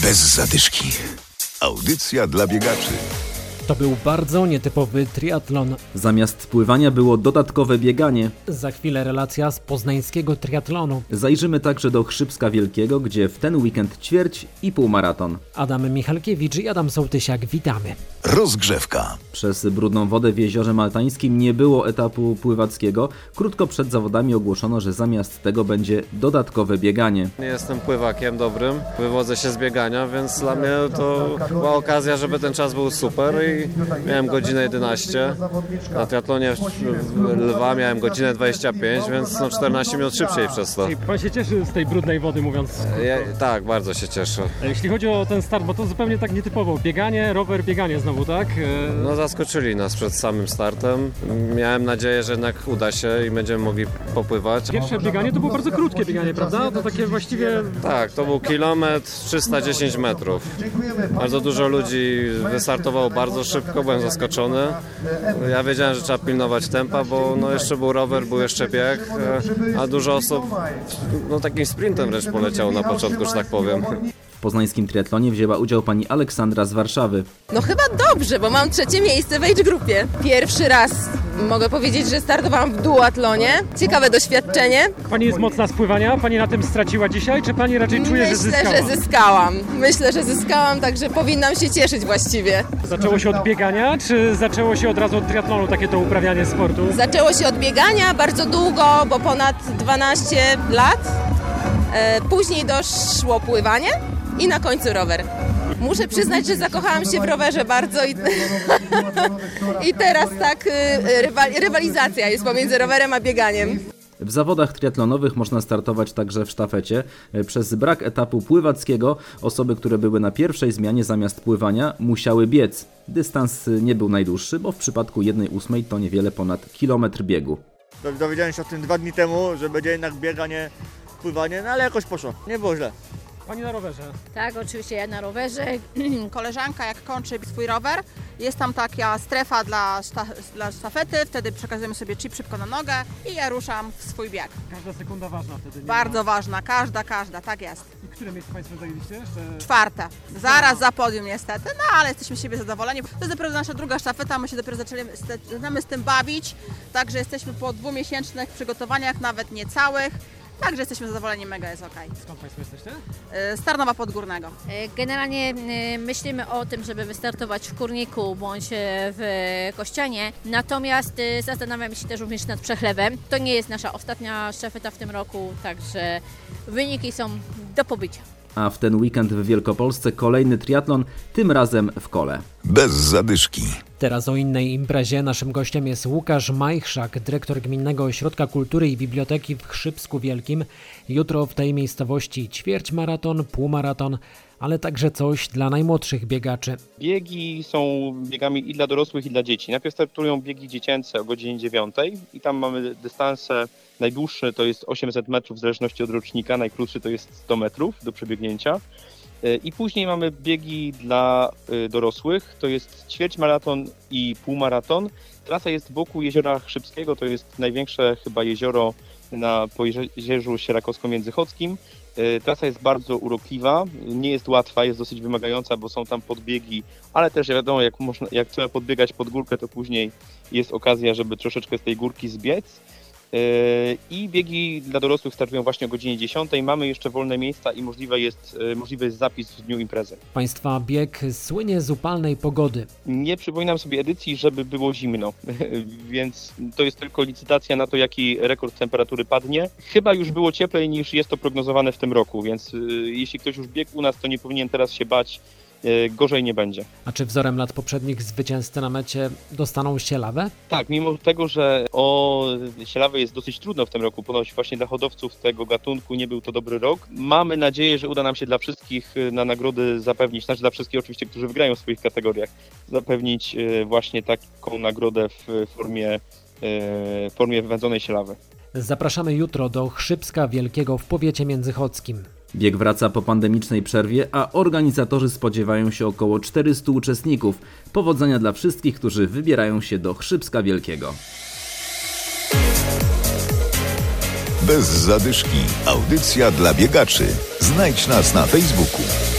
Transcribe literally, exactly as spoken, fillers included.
Bez zadyszki. Audycja dla biegaczy. To był bardzo nietypowy triatlon. Zamiast pływania było dodatkowe bieganie. Za chwilę relacja z poznańskiego triatlonu. Zajrzymy także do Chrzybska Wielkiego, gdzie w ten weekend ćwierć i półmaraton. Adam Michalkiewicz i Adam Sołtysiak, witamy. Rozgrzewka. Przez brudną wodę w Jeziorze Maltańskim nie było etapu pływackiego. Krótko przed zawodami ogłoszono, że zamiast tego będzie dodatkowe bieganie. Nie jestem pływakiem dobrym, wywodzę się z biegania, więc dla mnie to była okazja, żeby ten czas był super i miałem godzinę jedenaście. Na triatlonie Lwa miałem godzinę dwadzieścia pięć, więc no czternaście minut szybciej przez to. I pan się cieszy z tej brudnej wody, mówiąc? Ja, tak, bardzo się cieszę. Jeśli chodzi o ten start, bo to zupełnie tak nietypowo. Bieganie, rower, bieganie znowu, tak? No zaskoczyli nas przed samym startem. Miałem nadzieję, że jednak uda się i będziemy mogli popływać. Pierwsze bieganie to było bardzo krótkie bieganie, prawda? To takie właściwie... Tak, to był kilometr trzysta dziesięć metrów. Bardzo dużo ludzi wystartowało bardzo szybko, byłem zaskoczony. Ja wiedziałem, że trzeba pilnować tempa, bo no jeszcze był rower, był jeszcze bieg, a dużo osób no takim sprintem wręcz poleciało na początku, że tak powiem. W poznańskim triatlonie wzięła udział pani Aleksandra z Warszawy. No chyba dobrze, bo mam trzecie miejsce w age grupie. Pierwszy raz mogę powiedzieć, że startowałam w duatlonie. Ciekawe doświadczenie. Pani jest mocna z pływania? Pani na tym straciła dzisiaj, czy pani raczej czuje, Myślę, że zyskała? Myślę, że zyskałam. Myślę, że zyskałam, także powinnam się cieszyć właściwie. Zaczęło się od biegania, czy zaczęło się od razu od triatlonu, takie to uprawianie sportu? Zaczęło się od biegania bardzo długo, bo ponad dwanaście lat. E, później doszło pływanie i na końcu rower. Muszę przyznać, że zakochałam się w rowerze bardzo i, i teraz tak rywal, rywalizacja jest pomiędzy rowerem a bieganiem. W zawodach triatlonowych można startować także w sztafecie. Przez brak etapu pływackiego osoby, które były na pierwszej zmianie zamiast pływania, musiały biec. Dystans nie był najdłuższy, bo w przypadku jednej ósmej to niewiele ponad kilometr biegu. Dowiedziałem się o tym dwa dni temu, że będzie jednak bieganie, pływanie, no ale jakoś poszło. Nie było źle. Pani na rowerze? Tak, oczywiście ja na rowerze. Koleżanka jak kończy swój rower, jest tam taka strefa dla, szta, dla sztafety, wtedy przekazujemy sobie chip szybko na nogę i ja ruszam w swój bieg. Każda sekunda ważna wtedy. Nie Bardzo ma... ważna, każda, każda, tak jest. I które miejsce Państwo zajęliście? Jeszcze... Czwarte. Zaraz za podium niestety, no ale jesteśmy z siebie zadowoleni. To jest dopiero nasza druga sztafeta, my się dopiero zaczęli, zaczynamy z tym bawić, także jesteśmy po dwumiesięcznych przygotowaniach, nawet niecałych. Także jesteśmy zadowoleni, mega jest okej. Skąd Państwo jesteście? Z Tarnowa Podgórnego. Generalnie myślimy o tym, żeby wystartować w Kurniku bądź w Kościanie, natomiast zastanawiamy się też również nad Przechlewem. To nie jest nasza ostatnia sztafeta w tym roku, także wyniki są do pobycia. A w ten weekend w Wielkopolsce kolejny triatlon, tym razem w Kole. Bez zadyszki. Teraz o innej imprezie. Naszym gościem jest Łukasz Majchrzak, dyrektor Gminnego Ośrodka Kultury i Biblioteki w Chrzybsku Wielkim. Jutro w tej miejscowości ćwierć maraton, półmaraton, ale także coś dla najmłodszych biegaczy. Biegi są biegami i dla dorosłych, i dla dzieci. Najpierw startują biegi dziecięce o godzinie dziewiątej i tam mamy dystanse. Najdłuższy to jest osiemset metrów w zależności od rocznika, najkrótszy to jest sto metrów do przebiegnięcia. I później mamy biegi dla dorosłych, to jest ćwierćmaraton i półmaraton. Trasa jest wokół Jeziora Chrzybskiego, to jest największe chyba jezioro na Pojezierzu Sierakowsko-Międzychodzkim. Trasa jest bardzo urokliwa, nie jest łatwa, jest dosyć wymagająca, bo są tam podbiegi, ale też wiadomo, jak, można, jak trzeba podbiegać pod górkę, to później jest okazja, żeby troszeczkę z tej górki zbiec. I biegi dla dorosłych startują właśnie o godzinie dziesiątej. Mamy jeszcze wolne miejsca i możliwe jest, możliwy jest zapis w dniu imprezy. Państwa bieg słynie z upalnej pogody. Nie przypominam sobie edycji, żeby było zimno, więc to jest tylko licytacja na to, jaki rekord temperatury padnie. Chyba już było cieplej niż jest to prognozowane w tym roku, więc jeśli ktoś już biegł u nas, to nie powinien teraz się bać. Gorzej nie będzie. A czy wzorem lat poprzednich zwycięzcy na mecie dostaną sielawę? Tak, mimo tego, że o sielawę jest dosyć trudno w tym roku, ponoć właśnie dla hodowców tego gatunku nie był to dobry rok. Mamy nadzieję, że uda nam się dla wszystkich na nagrody zapewnić, znaczy dla wszystkich oczywiście, którzy wygrają w swoich kategoriach, zapewnić właśnie taką nagrodę w formie, w formie wędzonej sielawy. Zapraszamy jutro do Chrzybska Wielkiego w powiecie międzychodzkim. Bieg wraca po pandemicznej przerwie, a organizatorzy spodziewają się około czterystu uczestników. Powodzenia dla wszystkich, którzy wybierają się do Chrzybska Wielkiego. Bez zadyszki. Audycja dla biegaczy. Znajdź nas na Facebooku.